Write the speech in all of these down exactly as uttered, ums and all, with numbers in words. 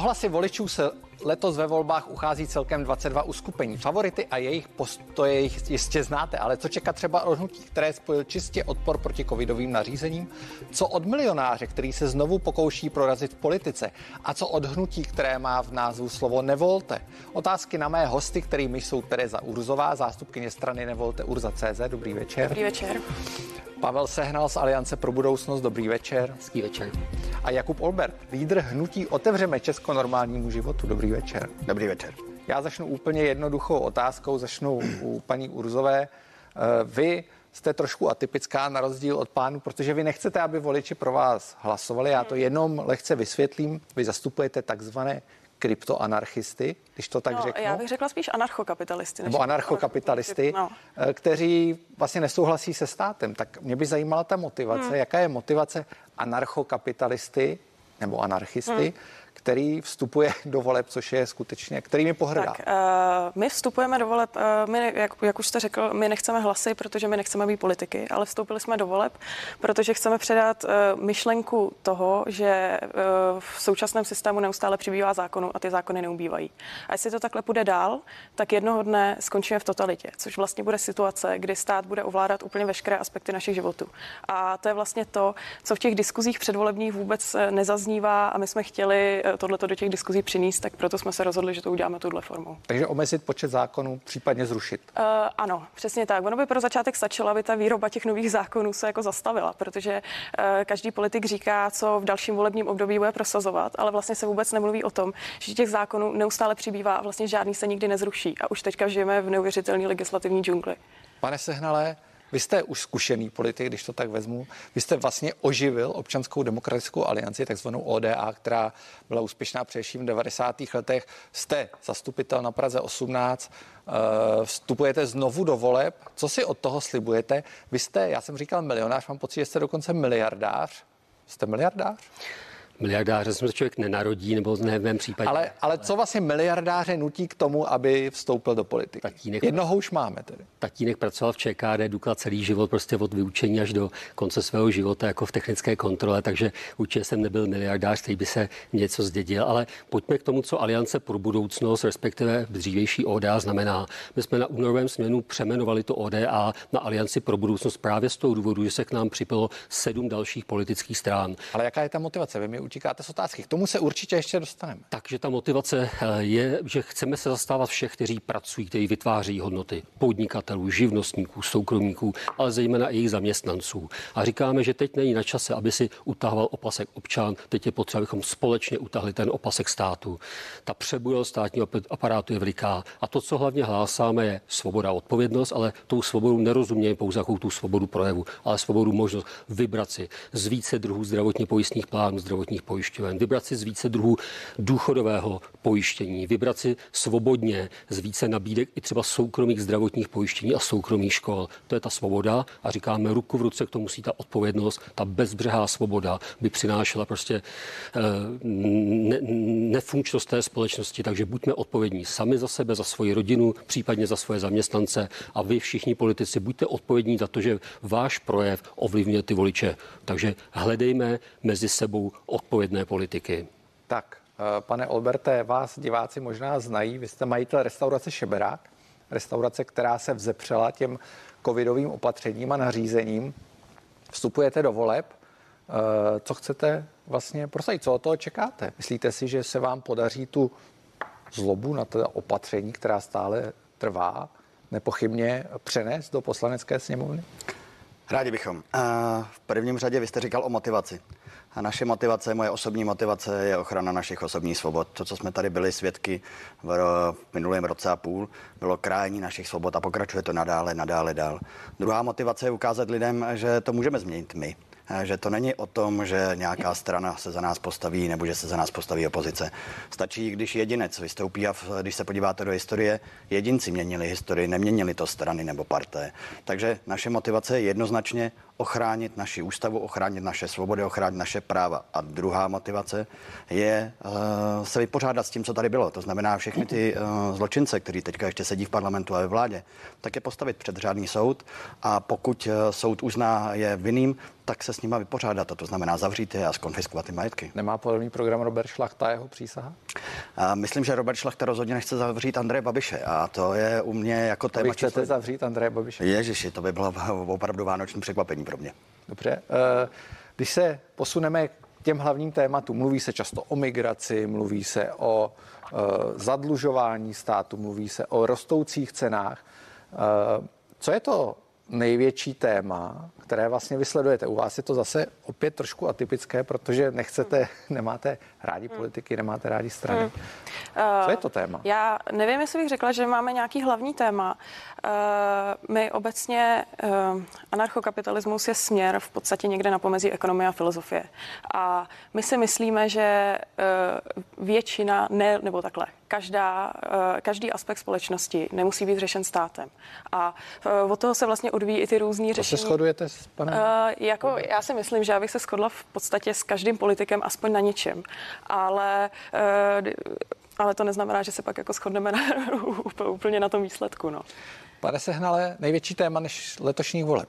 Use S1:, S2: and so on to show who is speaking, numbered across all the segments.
S1: hlasy voličů se letos ve volbách uchází celkem dvacet dva uskupení. Favority a jejich postoje jistě znáte, ale co čekat třeba od hnutí, které spojil čistě odpor proti covidovým nařízením? Co od milionáře, který se znovu pokouší prorazit v politice? A co od hnutí, které má v názvu slovo Nevolte? Otázky na mé hosty, kterými jsou Tereza Urzová, zástupkyně strany Nevolte Urza tečka cé zet. Dobrý večer.
S2: Dobrý večer.
S1: Pavel Sehnal z Aliance pro budoucnost. Dobrý večer.
S3: Hezký večer.
S1: A Jakub Olbert, lídr hnutí Otevřeme Česko normálnímu životu. Dobrý večer.
S4: Dobrý večer.
S1: Já začnu úplně jednoduchou otázkou, začnu u paní Urzové. Vy jste trošku atypická na rozdíl od pánů, protože vy nechcete, aby voliči pro vás hlasovali. Já to jenom lehce vysvětlím. Vy zastupujete takzvané kryptoanarchisty, když to tak
S2: no,
S1: řeknu.
S2: Já bych řekla spíš anarchokapitalisty.
S1: Nebo anarchokapitalisty, no. kteří vlastně nesouhlasí se státem. Tak mě by zajímala ta motivace. Hmm. Jaká je motivace anarchokapitalisty nebo anarchisty, hmm. který vstupuje do voleb, což je skutečně, který mi pohrdá.
S2: Tak, uh, my vstupujeme do voleb, uh, my, jak, jak už jste řekl, my nechceme hlasy, protože my nechceme být politiky, ale vstoupili jsme do voleb, protože chceme předat uh, myšlenku toho, že uh, v současném systému neustále přibývá zákonů a ty zákony neubývají. A jestli to takhle půjde dál, tak jednoho dne skončíme v totalitě, což vlastně bude situace, kdy stát bude ovládat úplně veškeré aspekty našich životů. A to je vlastně to, co v těch diskuzích předvolebních vůbec nezaznívá a my jsme chtěli tohleto do těch diskuzí přinést, tak proto jsme se rozhodli, že to uděláme touhle formou.
S1: Takže omezit počet zákonů, případně zrušit.
S2: Uh, ano, přesně tak. Ono by pro začátek stačilo, aby ta výroba těch nových zákonů se jako zastavila, protože uh, každý politik říká, co v dalším volebním období bude prosazovat, ale vlastně se vůbec nemluví o tom, že těch zákonů neustále přibývá a vlastně žádný se nikdy nezruší. A už teďka žijeme v neuvěřitelné legislativní džungli.
S1: Pane Sehnale, vy jste už zkušený politik, když to tak vezmu. Vy jste vlastně oživil Občanskou demokratickou alianci, takzvanou O D A, která byla úspěšná především v devadesátých letech. Jste zastupitel na Praze osmnáct, vstupujete znovu do voleb. Co si od toho slibujete? Vy jste, já jsem říkal milionář, mám pocit, že jste dokonce miliardář. Jste miliardář?
S3: Miliardáře se člověk nenarodí, nebo ne v mém případě.
S1: Ale, ale co vlastně miliardáře nutí k tomu, aby vstoupil do politiky? Tatínek, Jednoho už máme tedy.
S3: Tatínek pracoval v ČKD, Dukla celý život, prostě od vyučení až do konce svého života jako v technické kontrole, takže určitě jsem nebyl miliardář, který by se něco zdědil, ale pojďme k tomu, co Aliance pro budoucnost, respektive dřívější O D A znamená. My jsme na únorovém směnu přemenovali to O D A na Alianci pro budoucnost právě z toho důvodu, že se k nám připilo sedm dalších politických stran.
S1: Ale jaká je ta motivace? Vy mi utíkáte z otázky. K tomu se určitě ještě dostaneme.
S3: Takže ta motivace je, že chceme se zastávat všech, kteří pracují, kteří vytváří hodnoty, podnikatelů, živnostníků, soukromníků, ale zejména i jejich zaměstnanců. A říkáme, že teď není na čase, aby si utahoval opasek občan, teď je potřeba, abychom společně utahli ten opasek státu. Ta přebujelost státního aparátu je veliká a to, co hlavně hlásáme, je svoboda a odpovědnost, ale tou svobodu nerozumějeme pouze jako tu svobodu projevu, ale svobodu možnost vybrat si z více druhů zdravotně pojistných plánů, zdravotních pojišťoven, vybrat si z více druhů důchodového pojištění, vybrat si svobodně z více nabídek i třeba soukromých zdravotních pojištění a soukromých škol. To je ta svoboda a říkáme, ruku v ruce k tomu musí ta odpovědnost, ta bezbřehá svoboda by přinášela prostě eh, ne, nefunkčnost té společnosti, takže buďme odpovědní sami za sebe, za svoji rodinu, případně za svoje zaměstnance a vy všichni politici buďte odpovědní za to, že váš projev ovlivňuje ty voliče. Takže hledejme mezi sebou odpovědné politiky.
S1: Tak, pane Olberte, vás diváci možná znají. Vy jste majitel restaurace Šeberák, restaurace, která se vzepřela těm covidovým opatřením a nařízením. Vstupujete do voleb. Co chcete vlastně prosadit? Co od toho čekáte? Myslíte si, že se vám podaří tu zlobu na to opatření, která stále trvá, nepochybně přenést do Poslanecké sněmovny?
S4: Rádi bychom. V prvním řadě vy jste říkal o motivaci. A naše motivace, moje osobní motivace je ochrana našich osobních svobod. To, co jsme tady byli svědky v minulém roce a půl, bylo krájení našich svobod a pokračuje to nadále, nadále dál. Druhá motivace je ukázat lidem, že to můžeme změnit my. Že to není o tom, že nějaká strana se za nás postaví nebo že se za nás postaví opozice. Stačí, když jedinec vystoupí a když se podíváte do historie, jedinci měnili historii, neměnili to strany nebo parté. Takže naše motivace je jednoznačně ochránit naši ústavu, ochránit naše svobody, ochránit naše práva. A druhá motivace je uh, se vypořádat s tím, co tady bylo. To znamená všechny ty uh, zločince, kteří teďka ještě sedí v parlamentu a ve vládě, tak je postavit před řádný soud a pokud uh, soud uzná je vinným, tak se s nima vypořádat, a to znamená zavřít je a skonfiskovat ty majetky.
S1: Nemá podobný program Robert Šlachta a jeho přísaha?
S4: A myslím, že Robert Šlachta rozhodně nechce zavřít Andreje Babiše a to je u mě jako téma.
S1: Vy chcete číslo... zavřít Andreje Babiše?
S4: Ježiši, to by bylo opravdu vánoční překvapení pro mě.
S1: Dobře. Když se posuneme k těm hlavním tématům, mluví se často o migraci, mluví se o zadlužování státu, mluví se o rostoucích cenách. Co je to největší téma, které vlastně vysledujete? U vás je to zase opět trošku atypické, protože nechcete, nemáte rádi politiky, nemáte rádi strany. Hmm. Co je to téma?
S2: Já nevím, jestli bych řekla, že máme nějaký hlavní téma. My obecně anarchokapitalismus je směr v podstatě někde na pomezí ekonomie a filozofie. A my si myslíme, že většina, ne, nebo takhle, každá, každý aspekt společnosti nemusí být řešen státem. A od toho se vlastně odvíjí i ty různý řešení.
S1: To se shodujete s panem?
S2: Uh, jako, já si myslím, že já bych se shodla v podstatě s každým politikem aspoň na něčem. Ale, uh, ale to neznamená, že se pak jako shodneme na, úplně na tom výsledku. No.
S1: Pane Sehnale, největší téma než letošních voleb?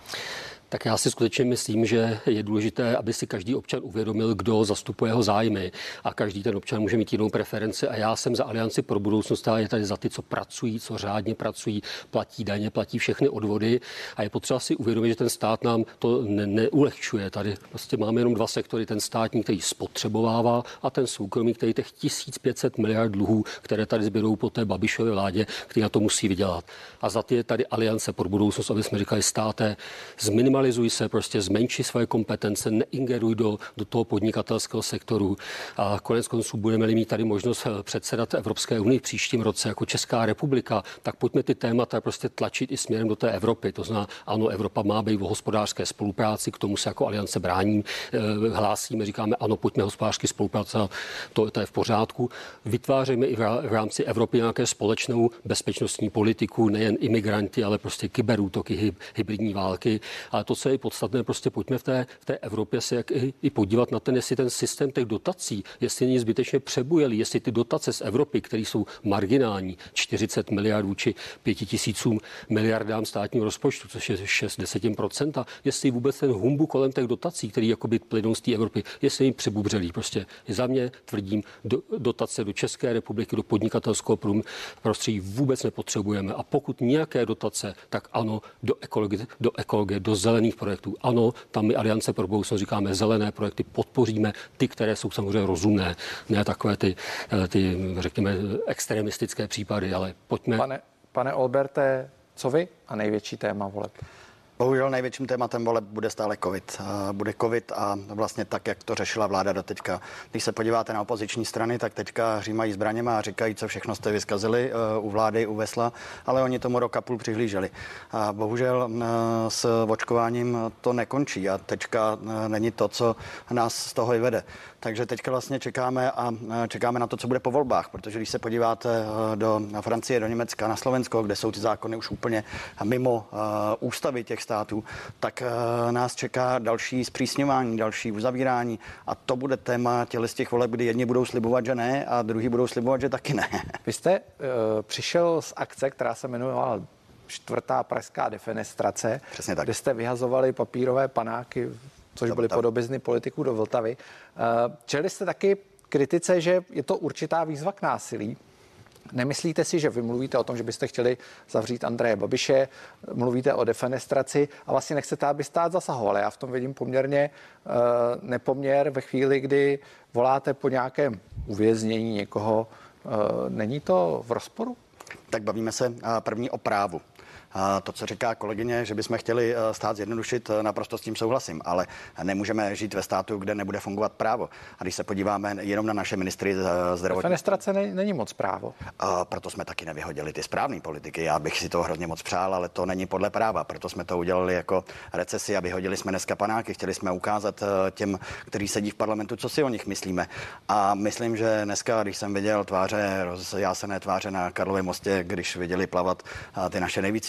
S3: Tak já si skutečně myslím, že je důležité, aby si každý občan uvědomil, kdo zastupuje jeho zájmy, a každý ten občan může mít jinou preferenci, a já jsem za Alianci pro budoucnost, a je tady za ty, co pracují, co řádně pracují, platí daně, platí všechny odvody, a je potřeba si uvědomit, že ten stát nám to ne- neulehčuje. Tady prostě máme jenom dva sektory, ten státní, který spotřebovává, a ten soukromý, který těch tisíc pět set miliard dluhů, které tady zbydou po té Babišově vládě, který na to musí vydělat. A za ty je tady Aliance pro budoucnost, aby jsme říkali, státe, zminimalizujeme Minimalizuj se, prostě zmenší svoje kompetence, neingeruj do, do toho podnikatelského sektoru. A konec konců budeme-li mít tady možnost předsedat Evropské unii v příštím roce jako Česká republika, tak pojďme ty témata prostě tlačit i směrem do té Evropy. To znamená, ano, Evropa má být v hospodářské spolupráci, k tomu se jako Aliance bráníme, hlásíme, říkáme, ano, pojďme hospodářsky spolupracovat, to, to je v pořádku. Vytvářejme i v rámci Evropy nějaké společnou bezpečnostní politiku, nejen imigranty, ale prostě kyberútoky, hybridní války. Ale to, co je podstatné, prostě pojďme v té, v té Evropě se jak i, i podívat na ten, jestli ten systém těch dotací, jestli není zbytečně přebujelý, jestli ty dotace z Evropy, které jsou marginální, čtyřicet miliardů či pěti tisícům miliardám státního rozpočtu, což je šest desetin procenta, jestli vůbec ten humbu kolem těch dotací, který jakoby plynou z té Evropy, jestli jim přebubřelý. Prostě za mě tvrdím, do, dotace do České republiky, do podnikatelského prostředí vůbec nepotřebujeme. A pokud nějaké dotace, tak ano, do ekologie, do, ekologie, do zelených projektů. Ano, tam my Aliance pro budoucnost říkáme, zelené projekty podpoříme, ty, které jsou samozřejmě rozumné, ne takové ty, ty řekněme, extremistické případy, ale pojďme.
S1: Pane, pane Olberte, co vy a největší téma voleb?
S4: Bohužel největším tématem voleb bude stále covid. Bude covid a vlastně tak, jak to řešila vláda doteďka. Když se podíváte na opoziční strany, tak teďka hřímají zbraněma a říkají, co všechno jste vyskazili u vlády, u vesla, ale oni tomu rok a půl přihlíželi. A bohužel s očkováním to nekončí a teďka není to, co nás z toho i vede. Takže teďka vlastně čekáme a čekáme na to, co bude po volbách, protože když se podíváte do Francie, do Německa, na Slovensko, kde jsou ty zákony už úplně mimo ústavy těch států, tak nás čeká další zpřísňování, další uzavírání a to bude téma těle z těch voleb, kdy jedni budou slibovat, že ne a druhý budou slibovat, že taky ne.
S1: Vy jste uh, přišel z akce, která se jmenovala čtvrtá pražská defenestrace, kde jste vyhazovali papírové panáky, což byly podobizny politiků do Vltavy. Uh, čeli jste taky kritice, že je to určitá výzva k násilí. Nemyslíte si, že vy mluvíte o tom, že byste chtěli zavřít Andreje Babiše, mluvíte o defenestraci a vlastně nechcete, aby stát zasahoval. Já v tom vidím poměrně uh, nepoměr ve chvíli, kdy voláte po nějakém uvěznění někoho. Uh, není to v rozporu?
S4: Tak bavíme se první o právu. To, co říká kolegyně, že bychom chtěli stát zjednodušit, naprosto s tím souhlasím, ale nemůžeme žít ve státu, kde nebude fungovat právo. A když se podíváme jenom na naše ministry zdravotnictví.
S1: Defenestrace není moc právo.
S4: A proto jsme taky nevyhodili ty správné politiky. Já bych si to hrozně moc přál, ale to není podle práva. Proto jsme to udělali jako recesi a vyhodili jsme dneska panáky. Chtěli jsme ukázat těm, kteří sedí v parlamentu, co si o nich myslíme. A myslím, že dneska, když jsem viděl tváře, rozjásené tváře na Karlově mostě, když viděli plavat ty naše nejvíc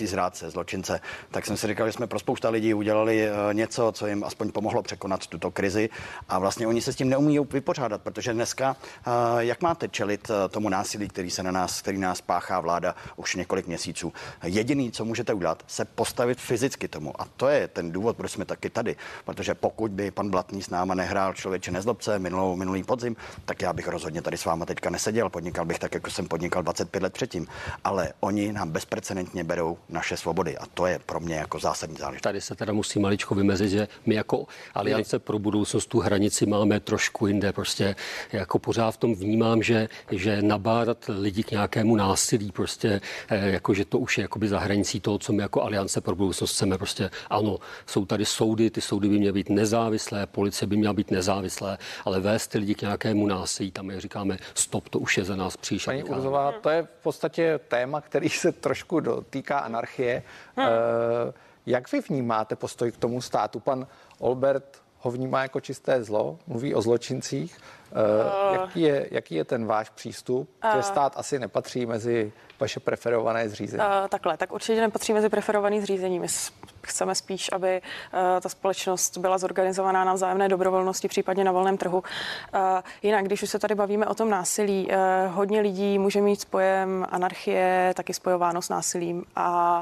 S4: zrádce, zločince, tak jsem si říkal, že jsme pro spousta lidí udělali něco, co jim aspoň pomohlo překonat tuto krizi a vlastně oni se s tím neumí vypořádat, protože dneska, jak máte čelit tomu násilí, který se na nás, který nás páchá vláda už několik měsíců. Jediný, co můžete udělat, se postavit fyzicky tomu. A to je ten důvod, proč jsme taky tady. Protože pokud by pan Blatný s náma nehrál Člověče nezlobce minulou, minulý podzim, tak já bych rozhodně tady s váma teďka neseděl. Podnikal bych tak, jako jsem podnikal dvacet pět let předtím. Ale oni nám bezprecedentně berou naše svobody. A to je pro mě jako zásadní záležitost.
S3: Tady se teda musí maličko vymezit, že my jako Aliance pro budoucnost tu hranici máme trošku jinde. Prostě jako pořád v tom vnímám, že, že nabádat lidi k nějakému násilí, prostě jako, že to už je jakoby za hranicí toho, co my jako Aliance pro budoucnost chceme. Prostě ano, jsou tady soudy, ty soudy by měly být nezávislé, policie by měla být nezávislé, ale vést ty lidi k nějakému násilí, tam je říkáme stop, to už je za nás příliš.
S1: Paní Urzová, to je v podstatě téma, který se trošku dotýká anarchie. Hmm. E, jak vy vnímáte postoj k tomu státu? Pan Olbert ho vnímá jako čisté zlo, mluví o zločincích. Uh, jaký, je, jaký je ten váš přístup, uh, že stát asi nepatří mezi vaše preferované zřízení? Uh,
S2: takhle, tak určitě nepatří mezi preferované zřízení. My chceme spíš, aby uh, ta společnost byla zorganizovaná na vzájemné dobrovolnosti, případně na volném trhu. Uh, jinak, když už se tady bavíme o tom násilí, uh, hodně lidí může mít s pojem anarchie taky spojováno s násilím a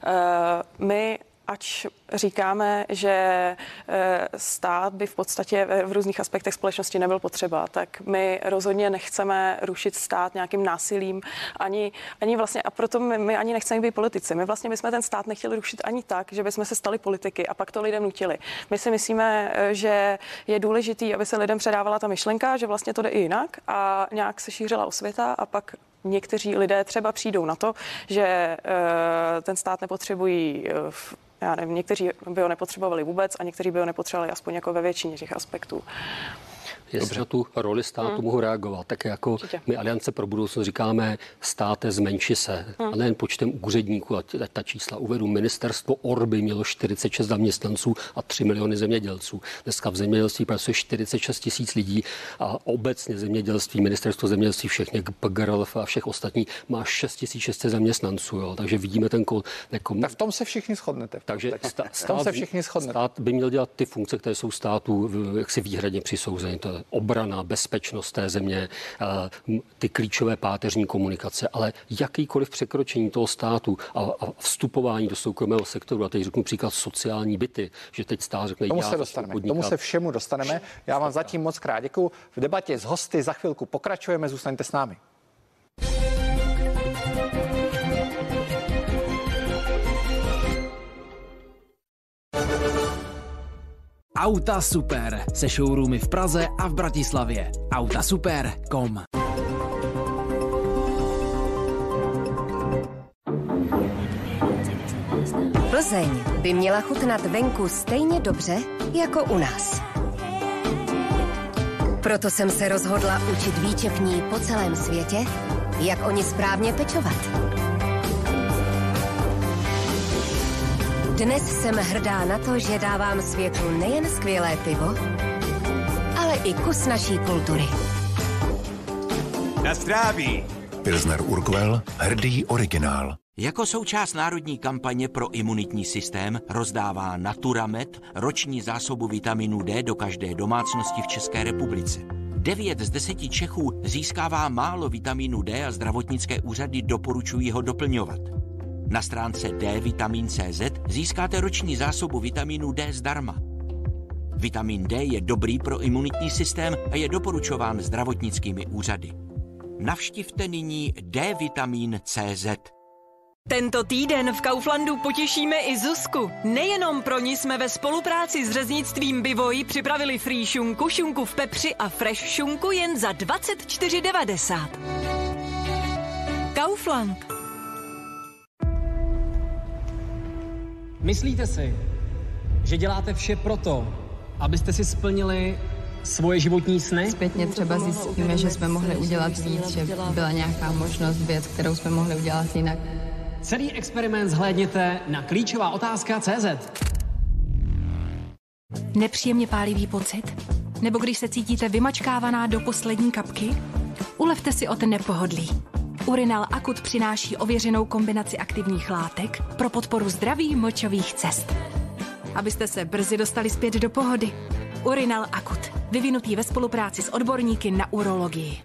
S2: uh, my ač říkáme, že stát by v podstatě v různých aspektech společnosti nebyl potřeba, tak my rozhodně nechceme rušit stát nějakým násilím, ani, ani vlastně, a proto my, my ani nechceme být politici. My vlastně my jsme ten stát nechtěli rušit ani tak, že bychom se stali politiky a pak to lidem nutili. My si myslíme, že je důležitý, aby se lidem předávala ta myšlenka, že vlastně to jde i jinak a nějak se šířila osvěta a pak někteří lidé třeba přijdou na to, že ten stát nepotřebují v Já nevím, někteří by ho nepotřebovali vůbec a někteří by ho nepotřebovali aspoň jako ve většině těch aspektů.
S3: Jestli na tu roli státu hmm. mohu reagovat, tak jako Určitě. My Aliance pro budoucnost říkáme státe zmenši se, hmm. a nejen počtem úředníků, a ta čísla uvedu, ministerstvo Orby mělo čtyřicet šest zaměstnanců a tři miliony zemědělců. Dneska v zemědělství pracuje čtyřicet šest tisíc lidí a obecně zemědělství, ministerstvo zemědělství, všechny P G R L F a všech ostatní má šest tisíc šest set zaměstnanců, jo. Takže vidíme ten kol. Jako...
S1: Tak v tom se všichni shodnete.
S3: Takže stát,
S1: stát, se všichni shodnete.
S3: Stát by měl dělat ty funkce, které jsou státu jaksi výhradně přisouzeny. To je obrana, bezpečnost té země, ty klíčové páteřní komunikace, ale jakýkoliv překročení toho státu a vstupování do soukromého sektoru, a teď řeknu příklad sociální byty, že teď stát řekne,
S1: tomu se dostaneme, tomu se všemu dostaneme. Já vám zatím moc krát děkuju. V debatě s hosty za chvilku pokračujeme, zůstaňte s námi.
S5: Auta Super se showroomy v Praze a v Bratislavě. auta super tečka com.
S6: Plzeň by měla chutnat venku stejně dobře jako u nás. Proto jsem se rozhodla učit výčepní po celém světě, jak oni správně pečovat. Dnes jsem hrdá na to, že dávám světu nejen skvělé pivo, ale i kus naší kultury.
S7: Na zdraví!
S8: Pilsner Urquell, hrdý originál.
S7: Jako součást národní kampaně pro imunitní systém rozdává Naturamed roční zásobu vitaminu D do každé domácnosti v České republice. Devět z deseti Čechů získává málo vitamínu D a zdravotnické úřady doporučují ho doplňovat. Na stránce D vitamin C Z získáte roční zásobu vitamínu D zdarma. Vitamin D je dobrý pro imunitní systém a je doporučován zdravotnickými úřady. Navštivte nyní D vitamin C Z.
S9: Tento týden v Kauflandu potěšíme i Zuzku. Nejenom pro ní jsme ve spolupráci s řeznictvím Bivoj připravili free šunku, šunku v pepři a fresh šunku jen za dvacet čtyři devadesát. Kaufland.
S10: Myslíte si, že děláte vše proto, abyste si splnili svoje životní sny?
S11: Zpětně třeba zjistíme, že jsme mohli udělat víc, že byla nějaká možnost, věc, kterou jsme mohli udělat jinak.
S10: Celý experiment zhlédněte na klíčová otázka tečka cé zet.
S12: Nepříjemně pálivý pocit? Nebo když se cítíte vymačkávaná do poslední kapky? Ulevte si od nepohodlí. Urinal Akut přináší ověřenou kombinaci aktivních látek pro podporu zdraví močových cest. Abyste se brzy dostali zpět do pohody. Urinal Akut. Vyvinutý ve spolupráci s odborníky na urologii.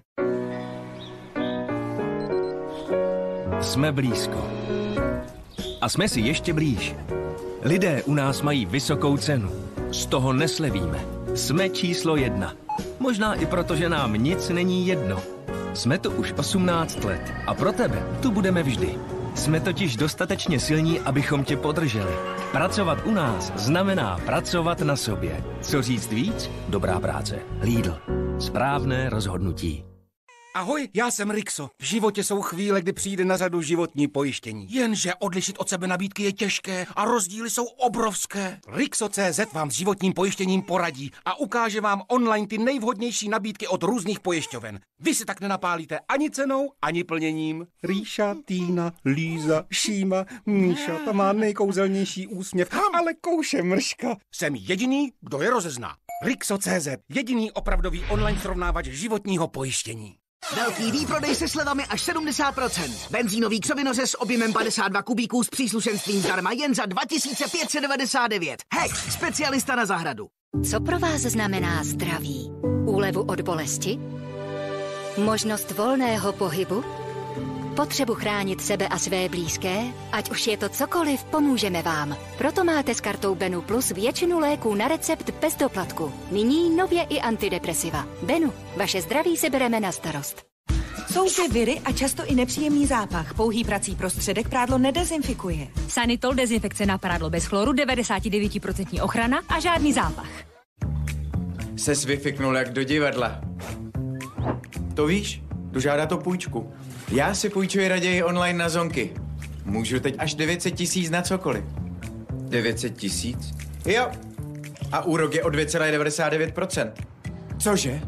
S13: Jsme blízko. A jsme si ještě blíž. Lidé u nás mají vysokou cenu. Z toho neslevíme. Jsme číslo jedna. Možná i proto, že nám nic není jedno. Jsme tu už osmnáct let a pro tebe tu budeme vždy. Jsme totiž dostatečně silní, abychom tě podrželi. Pracovat u nás znamená pracovat na sobě. Co říct víc? Dobrá práce. Lidl. Správné rozhodnutí.
S14: Ahoj, já jsem Rixo. V životě jsou chvíle, kdy přijde na řadu životní pojištění. Jenže odlišit od sebe nabídky je těžké a rozdíly jsou obrovské. Rixo tečka cé zet vám s životním pojištěním poradí a ukáže vám online ty nejvhodnější nabídky od různých pojišťoven. Vy si tak nenapálíte ani cenou, ani plněním. Ríša, Týna, Líza, Šíma, Míša, ta má nejkouzelnější úsměv, ale kouše mrška. Jsem jediný, kdo je rozezná. Rixo tečka cé zet, jediný opravdový online srovnávač životního pojištění.
S15: Velký výprodej se slevami až sedmdesát procent. Benzínový křovinoře s objemem padesát dva kubíků s příslušenstvím zdarma jen za dva tisíce pět set devadesát devět. Hej, specialista na zahradu.
S16: Co pro vás znamená zdraví? Úlevu od bolesti? Možnost volného pohybu? Potřebu chránit sebe a své blízké? Ať už je to cokoliv, pomůžeme vám. Proto máte s kartou Benu Plus většinu léků na recept bez doplatku. Nyní nově i antidepresiva. Benu, vaše zdraví si bereme na starost.
S17: Jsou zde viry a často i nepříjemný zápach. Pouhý prací prostředek prádlo nedezinfikuje.
S18: Sanitol dezinfekce na prádlo bez chloru, devadesát devět procent ochrana a žádný zápach.
S19: Ses vyfiknul jak do divadla. To víš, tu žádá to půjčku. Já si půjčuji raději online na Zonky. Můžu teď až devět set tisíc na cokoliv. devět set tisíc? Jo. A úrok je o dvě celá devadesát devět procent. Cože?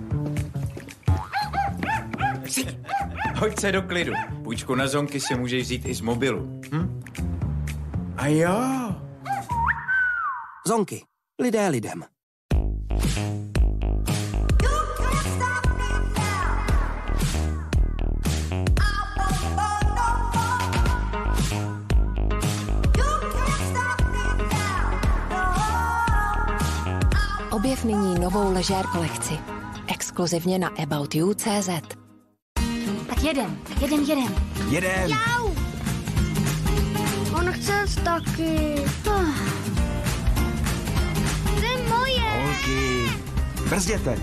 S19: Hoď se do klidu. Půjčku na Zonky si můžeš vzít i z mobilu. Hm? A jo.
S15: Zonky. Lidé lidem.
S12: Objev nyní novou ležér kolekci. Exkluzivně na About You tečka cé zet.
S16: Tak jeden, jeden, jeden.
S15: Jeden.
S16: Jau!
S20: On chce taky. Oh. To je moje.
S15: Holky, brzděte.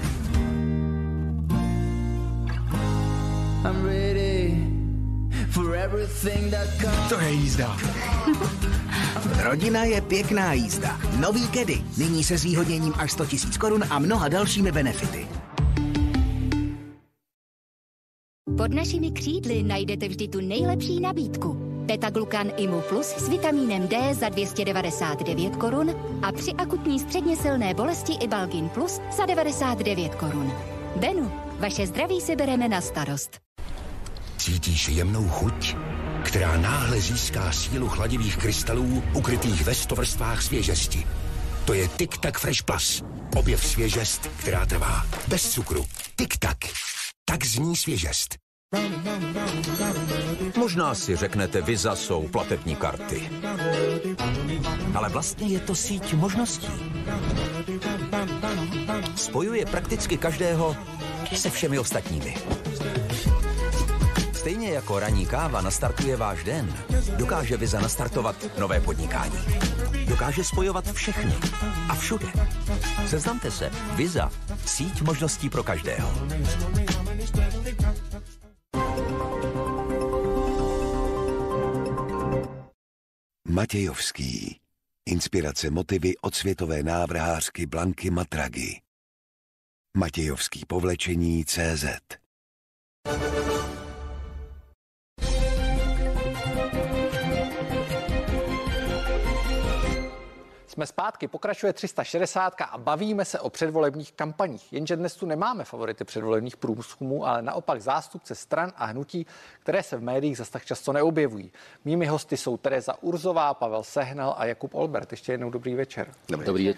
S5: I'm ready for everything that comes.
S15: To je jízda. Rodina je pěkná jízda. Nový Kedy. Nyní se zvýhodněním až sto tisíc korun a mnoha dalšími benefity.
S16: Pod našimi křídly najdete vždy tu nejlepší nabídku. Betaglucan Imu Plus s vitamínem D za dvě stě devadesát devět korun a při akutní středně silné bolesti Ibalgin Plus za devadesát devět korun. Benu, vaše zdraví si bereme na starost.
S8: Cítíš jemnou chuť, která náhle získá sílu chladivých krystalů ukrytých ve sto vrstvách svěžesti. To je Tic Tac Fresh Plus. Objev svěžest, která trvá. Bez cukru. Tic Tac. Tak zní svěžest.
S21: Možná si řeknete, Visa jsou platební karty. Ale vlastně je to síť možností. Spojuje prakticky každého se všemi ostatními. Stejně jako ranní káva nastartuje váš den, dokáže Visa nastartovat nové podnikání. Dokáže spojovat všechny a všude. Seznamte se. Visa. Síť možností pro každého.
S22: Matějovský. Inspirace motivy od světové návrhářky Blanky Matragi. Matějovský povlečení tečka cé zet.
S1: Jsme zpátky, pokračuje tři sta šedesát a bavíme se o předvolebních kampaních. Jenže dnes tu nemáme favority předvolebních průzkumů, ale naopak zástupce stran a hnutí, které se v médiích zas tak často neobjevují. Mými hosty jsou Tereza Urzová, Pavel Sehnal a Jakub Olbert. Ještě jednou dobrý večer.
S3: Dobrý, dobrý večer.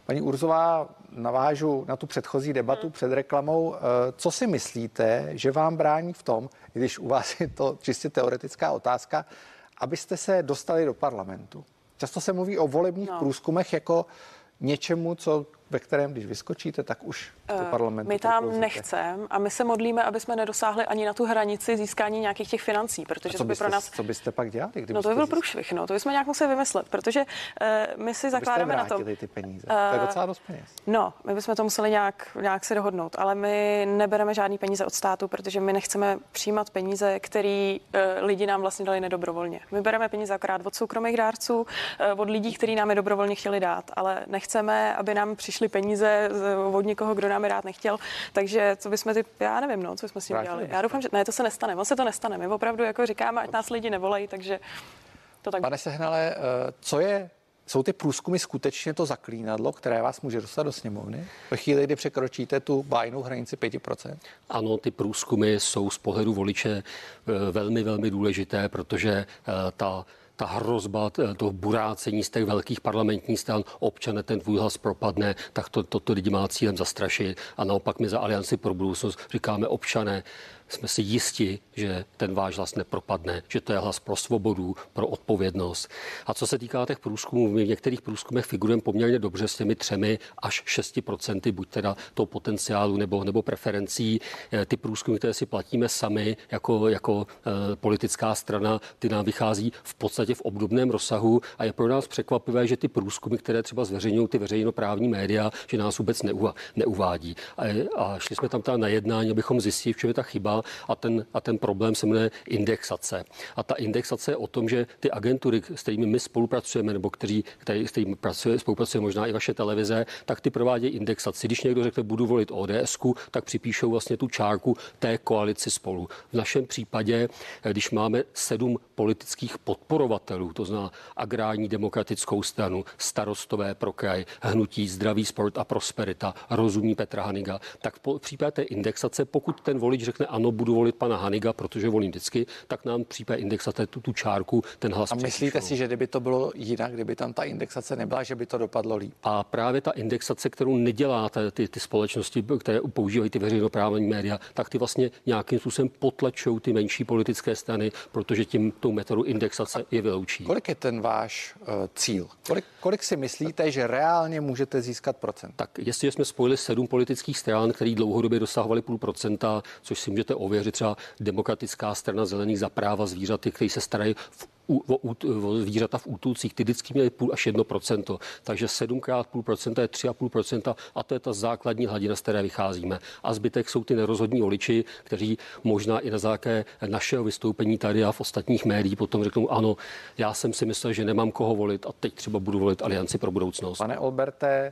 S1: Paní Urzová, navážu na tu předchozí debatu hmm. před reklamou. Co si myslíte, že vám brání v tom, když u vás je to čistě teoretická otázka, abyste se dostali do parlamentu? Často se mluví o volebních no. průzkumech jako něčemu, co ve kterém, když vyskočíte, tak už do parlamentu.
S2: My tam nechceme a my se modlíme, aby jsme nedosáhli ani na tu hranici získání nějakých těch financí, protože to by
S1: byste,
S2: pro nás...
S1: Co byste pak dělali?
S2: No to by byl průšvih, no, to bychom nějak museli vymyslet, protože uh, my si zakládáme na tom...
S1: ty peníze. Uh, to je docela dost peněz.
S2: No, my bychom to museli nějak, nějak si dohodnout, ale my nebereme žádný peníze od státu, protože my nechceme přijímat peníze, které uh, lidi nám vlastně dali nedobrovolně. My bereme peníze akorát od soukromých dárců, uh, od lidí, kteří nám je dobrovolně chtěli dát, ale nechceme, aby nám přišly peníze od někoho, kdo nám je dát nechtěl. Takže co bychom ty, já nevím, no, co jsme s tím dělali. Já doufám, že ne, to se nestane. On se to nestane. My opravdu jako říkáme, ať nás lidi nevolají, takže to tak.
S1: Pane Sehnale, co je, jsou ty průzkumy skutečně to zaklínadlo, které vás může dostat do sněmovny? Ve chvíli, kdy překročíte tu bájnou hranici pět procent?
S3: Ano, ty průzkumy jsou z pohledu voliče velmi, velmi důležité, protože ta ta hrozba toho burácení z těch velkých parlamentních stran, občane ten tvůj hlas propadne, tak to, to, to lidi má cílem zastrašit. A naopak my za Alianci pro budoucnost říkáme, občané, jsme si jisti, že ten váš hlas nepropadne, že to je hlas pro svobodu, pro odpovědnost. A co se týká těch průzkumů, my v některých průzkumech figurujeme poměrně dobře s těmi třemi až šesti procenty, buď teda toho potenciálu nebo, nebo preferencí. Ty průzkumy, které si platíme sami jako, jako e, politická strana, ty nám vychází v podstatě v obdobném rozsahu a je pro nás překvapivé, že ty průzkumy, které třeba zveřejňují ty veřejnoprávní média, že nás vůbec neuva, neuvádí. A, a šli jsme tam teda na jednání, abychom zjistili, v čem je ta chyba. A ten, a ten problém se jmenuje indexace. A ta indexace je o tom, že ty agentury, s kterými my spolupracujeme, nebo kteří, který, s kterými pracuje, spolupracuje možná i vaše televize, tak ty provádějí indexaci. Když někdo řekne, budu volit ODSku, tak připíšou vlastně tu čárku té koalici Spolu. V našem případě, když máme sedm politických podporovatelů, to znamená Agrární demokratickou stranu, Starostové pro kraj, Hnutí Zdravý sport a prosperita, Rozumí Petra Haniga, tak v případě té indexace, pokud ten volič řekne ano, budu volit pana Haniga, protože volím vždycky, tak nám případě indexace tu, tu čárku, ten hlas.
S1: A myslíte si, že kdyby to bylo jinak, kdyby tam ta indexace nebyla, že by to dopadlo líp?
S3: A právě ta indexace, kterou nedělá ty, ty společnosti, které používají ty veřejnoprávní média, tak ty vlastně nějakým způsobem potlačují ty menší politické strany, protože tím tou metodou indexace je vyloučí.
S1: Kolik je ten váš uh, cíl? Kolik, kolik si myslíte, že reálně můžete získat procent?
S3: Tak jestli jsme spojili sedm politických stran, které dlouhodobě dosahovaly půl procenta, což si můžete ověřit, třeba Demokratická strana zelených za práva zvířat, kteří se starají v O, o, o zvířata v útulcích, ty vždycky měly půl až jedno procento. Takže sedmkrát půl procenta je tři a půl procenta a to je ta základní hladina, z které vycházíme. A zbytek jsou ty nerozhodní voliči, kteří možná i na základě našeho vystoupení tady a v ostatních médiích potom řeknou, ano, já jsem si myslel, že nemám koho volit a teď třeba budu volit Alianci pro budoucnost.
S1: Pane Olberte,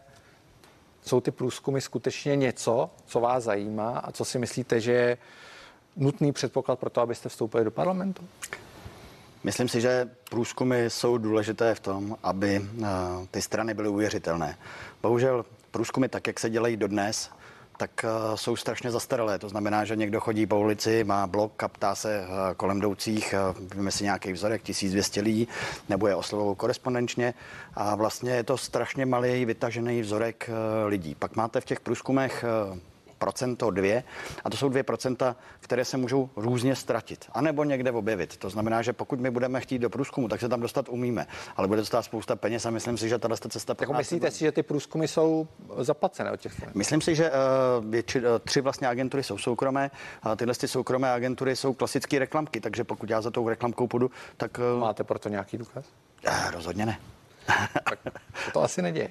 S1: jsou ty průzkumy skutečně něco, co vás zajímá a co si myslíte, že je nutný předpoklad pro to, abyste vstoupili do parlamentu?
S4: Myslím si, že průzkumy jsou důležité v tom, aby uh, ty strany byly uvěřitelné. Bohužel průzkumy, tak jak se dělají dodnes, tak uh, jsou strašně zastaralé. To znamená, že někdo chodí po ulici, má blok a ptá se uh, kolem jdoucích, uh, víme si nějaký vzorek, tisíc dvě stě lidí, nebo je oslovou korespondenčně a vlastně je to strašně malý vytažený vzorek uh, lidí. Pak máte v těch průzkumech uh, procento dvě a to jsou dvě procenta, které se můžou různě ztratit a nebo někde objevit. To znamená, že pokud my budeme chtít do průzkumu, tak se tam dostat umíme, ale bude to stát spousta peněz a myslím si, že tahle cesta...
S1: Jako myslíte si, že ty průzkumy jsou zaplacené od těch stran?
S4: Myslím si, že uh, je, či, uh, tři vlastně agentury jsou soukromé a tyhle ty soukromé agentury jsou klasické reklamky, takže pokud já za tou reklamkou půjdu, tak... Uh,
S1: Máte proto nějaký důkaz?
S4: Uh, rozhodně ne.
S1: Tak to asi neděje.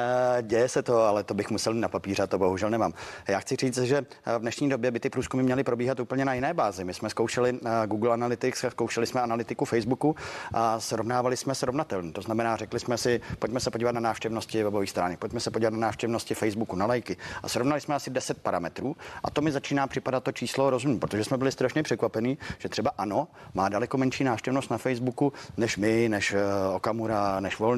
S4: Děje se to, ale to bych musel na papíře, to bohužel nemám. Já chci říct, že v dnešní době by ty průzkumy měly probíhat úplně na jiné bázi. My jsme zkoušeli Google Analytics, zkoušeli jsme analytiku Facebooku a srovnávali jsme srovnatelně. To znamená, řekli jsme si, pojďme se podívat na návštěvnosti webových stránek, pojďme se podívat na návštěvnosti Facebooku, na lajky. A srovnali jsme asi deset parametrů a to mi začíná připadat to číslo rozumí, protože jsme byli strašně překvapení, že třeba ANO má daleko menší návštěvnost na Facebooku než my, než Okamura, než Volný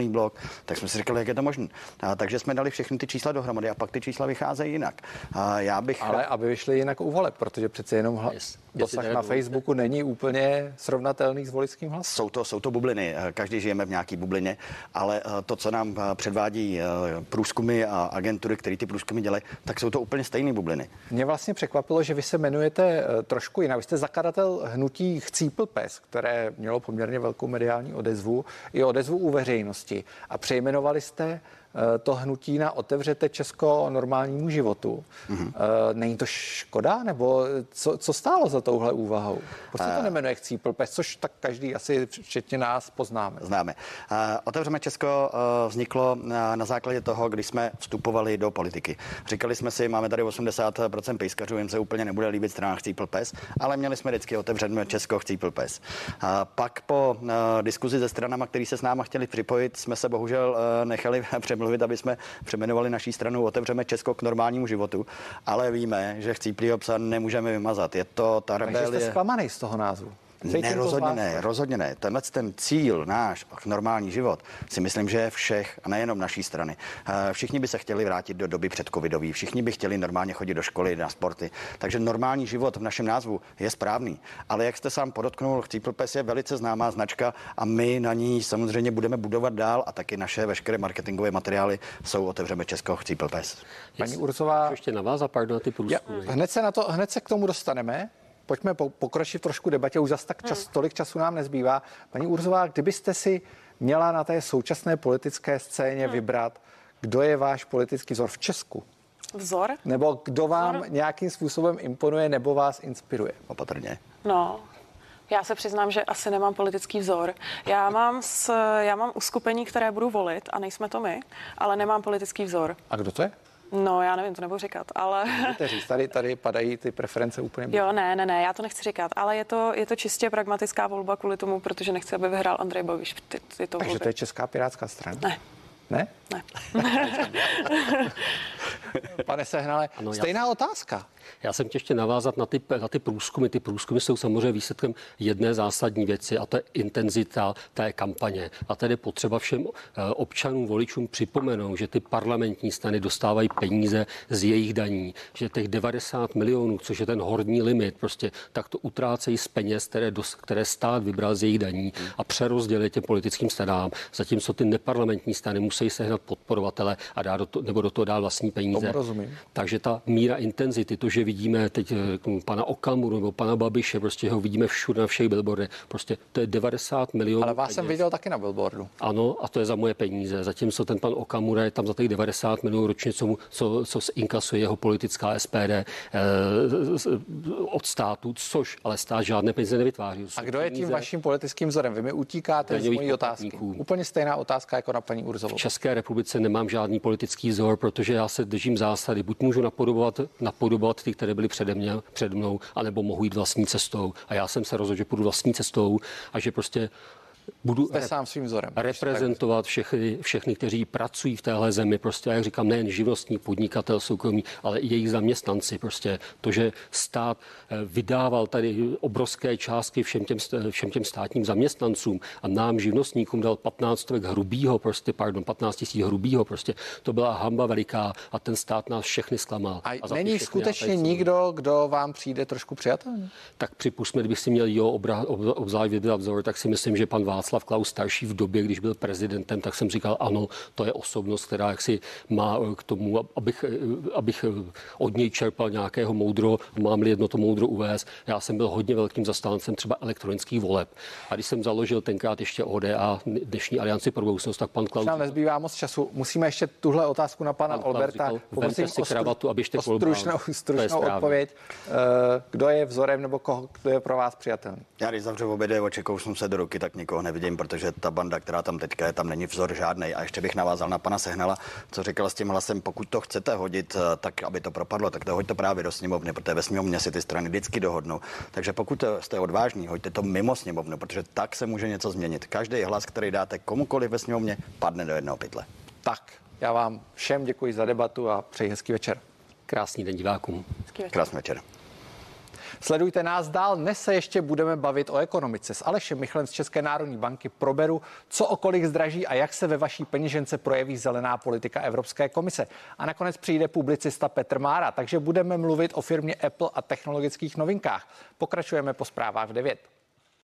S4: silný blok, tak jsme si říkali, jak je to možné. Takže jsme dali všechny ty čísla dohromady a pak ty čísla vycházejí jinak. A já bych...
S1: Ale aby vyšly jinak u voleb, protože přece jenom hla... dosah na Facebooku není úplně srovnatelný s voličským hlasem.
S4: Jsou to, jsou to bubliny, každý žijeme v nějaký bublině, ale to, co nám předvádí průzkumy a agentury, které ty průzkumy dělají, tak jsou to úplně stejné bubliny.
S1: Mě vlastně překvapilo, že vy se jmenujete trošku jinak. Vy jste zakladatel hnutí Chcípl pes, které mělo poměrně velkou mediální odezvu i odezvu u veřejnosti. A přejmenovali jste to hnutí na Otevřete Česko normálnímu životu. Mm-hmm. Není to škoda? Nebo co, co stálo za touhle úvahou? Proč se to nemenuje Chcípl pes, což tak každý asi včetně nás poznáme?
S4: Známe. Otevřeme Česko vzniklo na základě toho, když jsme vstupovali do politiky. Říkali jsme si, máme tady osmdesát procent pejskařů, jim se úplně nebude líbit strana Chcípl pes, ale měli jsme vždycky Otevřeme Česko, Chcípl pes. Pak po diskuzi se stranama, který se s náma chtěli připojit, jsme se bohužel nechali mluvit, aby jsme přejmenovali naší stranu Otevřeme Česko k normálnímu životu, ale víme, že Chcíplýho psa nemůžeme vymazat. Je to ta rebelie.
S1: Takže jste zklamaný z toho názvu.
S4: Ne, rozhodně ne, rozhodně ne. Tenhle ten cíl náš, normální život, si myslím, že je všech a nejenom naší strany. Všichni by se chtěli vrátit do doby předcovidový, všichni by chtěli normálně chodit do školy, na sporty. Takže normální život v našem názvu je správný. Ale jak jste sám podotknul, Chcípl pes je velice známá značka a my na ní samozřejmě budeme budovat dál a taky naše veškeré marketingové materiály jsou Otevřeme Česko, Chcípl pes.
S1: Paní Urzová,
S3: ještě navázat, pardon, ty průzkumy.
S1: Hned se na to, hned se k tomu dostaneme. Pojďme pokročit trošku debatě, už zas tak čas, tolik času nám nezbývá. Paní Urzová, kdybyste si měla na té současné politické scéně hmm. vybrat, kdo je váš politický vzor v Česku?
S2: Vzor?
S1: Nebo kdo vám vzor? Nějakým způsobem imponuje nebo vás inspiruje?
S4: Opatrně.
S2: No, já se přiznám, že asi nemám politický vzor. Já mám, s, já mám uskupení, které budu volit a nejsme to my, ale nemám politický vzor.
S1: A kdo to je?
S2: No, já nevím, to nebudu říkat, ale...
S1: Můžete říct, tady, tady padají ty preference úplně... Běžně.
S2: Jo, ne, ne, ne, já to nechci říkat, ale je to, je to čistě pragmatická volba kvůli tomu, protože nechci, aby vyhrál Andrej Babiš ty, tyto
S1: Takže
S2: volby.
S1: to je Česká pirátská strana?
S2: Ne.
S1: Ne?
S2: Ne.
S1: Pane Sehnale, ano, stejná já, otázka.
S3: Já jsem chtěl ještě navázat na ty, na ty průzkumy. Ty průzkumy jsou samozřejmě výsledkem jedné zásadní věci a to je intenzita té kampaně. A tedy potřeba všem občanům, voličům připomenout, že ty parlamentní strany dostávají peníze z jejich daní, že těch devadesát milionů, což je ten horní limit, prostě tak to utrácejí z peněz, které, dos, které stát vybral z jejich daní a přerozdělí těm politickým stranám, zatímco ty neparlamentní strany musí sehnat podporovatele a dát do to, nebo do toho dát vlastní peníze. Takže ta míra intenzity, to, že vidíme teď pana Okamuru nebo pana Babiše, prostě ho vidíme všude na všech billboardech, prostě to je devadesát milionů.
S1: Ale vás
S3: peněz.
S1: Jsem viděl taky na billboardu.
S3: Ano, a to je za moje peníze. Zatímco ten pan Okamura je tam za těch devadesát milionů ročně, co, mu, co, co inkasuje jeho politická S P D eh, od státu, což ale stát žádné peníze nevytváří.
S1: A kdo je tím vaším politickým vzorem? Vy mi utíkáte z mojí otázky. Úplně stejná otázka jako na paní Urzovou.
S3: V České republice nemám žádný politický vzor, protože já se držím zásady. Buď můžu napodobovat, napodobovat ty, které byly přede mě, před mnou, anebo mohu jít vlastní cestou. A já jsem se rozhodl, že půjdu vlastní cestou a že prostě budu
S1: rep- sám svým vzorem.
S3: reprezentovat všechny, všechny, kteří pracují v téhle zemi. Prostě, jak říkám, nejen živnostní, podnikatel, soukromí, ale i jejich zaměstnanci. Prostě to, že stát vydával tady obrovské částky všem těm, všem těm státním zaměstnancům a nám, živnostníkům, dal patnáct stovek hrubýho, prostě, pardon, patnáct tisíc hrubýho, prostě, to byla hamba veliká a ten stát nás všechny zklamal.
S1: A, a není skutečně nikdo, kdo vám přijde trošku přijatelný?
S3: Tak připustme, kdybych si měl jo obra, ob, obzvlášť vybrat vzor, tak si myslím, že pan Václav Klaus starší v době, když byl prezidentem, tak jsem říkal, ano, to je osobnost, která jaksi má k tomu, abych, abych od něj čerpal nějakého moudro, mám-li jedno to moudro uvést. Já jsem byl hodně velkým zastáncem třeba elektronických voleb. A když jsem založil tenkrát ještě O D A, dnešní Alianci pro budoucnost, tak pan Klaus...
S1: Nám nezbývá moc času. Musíme ještě tuhle otázku na pana Olberta.
S3: Poprosím si kravatu, abyste
S1: o stručnou, stručnou odpověď. Kdo je vzorem nebo koho, kdo je pro vás přijatelný?
S4: Já když zavřu obědy, očekousnu se do ruky, tak nikoho nevidím, protože ta banda, která tam teďka je, tam není vzor žádnej. A ještě bych navázal na pana Sehnala, co říkal s tím hlasem, pokud to chcete hodit, tak aby to propadlo, tak to hoďte právě do sněmovny, protože ve sněmovně si ty strany vždycky dohodnou. Takže pokud jste odvážní, hoďte to mimo sněmovnu, protože tak se může něco změnit. Každý hlas, který dáte komukoliv ve sněmovně, padne do jednoho pytle.
S1: Tak, já vám všem děkuji za debatu a přeji hezký večer.
S3: Krásný den divákům.
S4: Krásný večer.
S1: Sledujte nás dál, dnes se ještě budeme bavit o ekonomice. S Alešem Michlem z České národní banky proberu, co o kolik zdraží a jak se ve vaší peněžence projeví zelená politika Evropské komise. A nakonec přijde publicista Petr Mára, takže budeme mluvit o firmě Apple a technologických novinkách. Pokračujeme po zprávách v devět.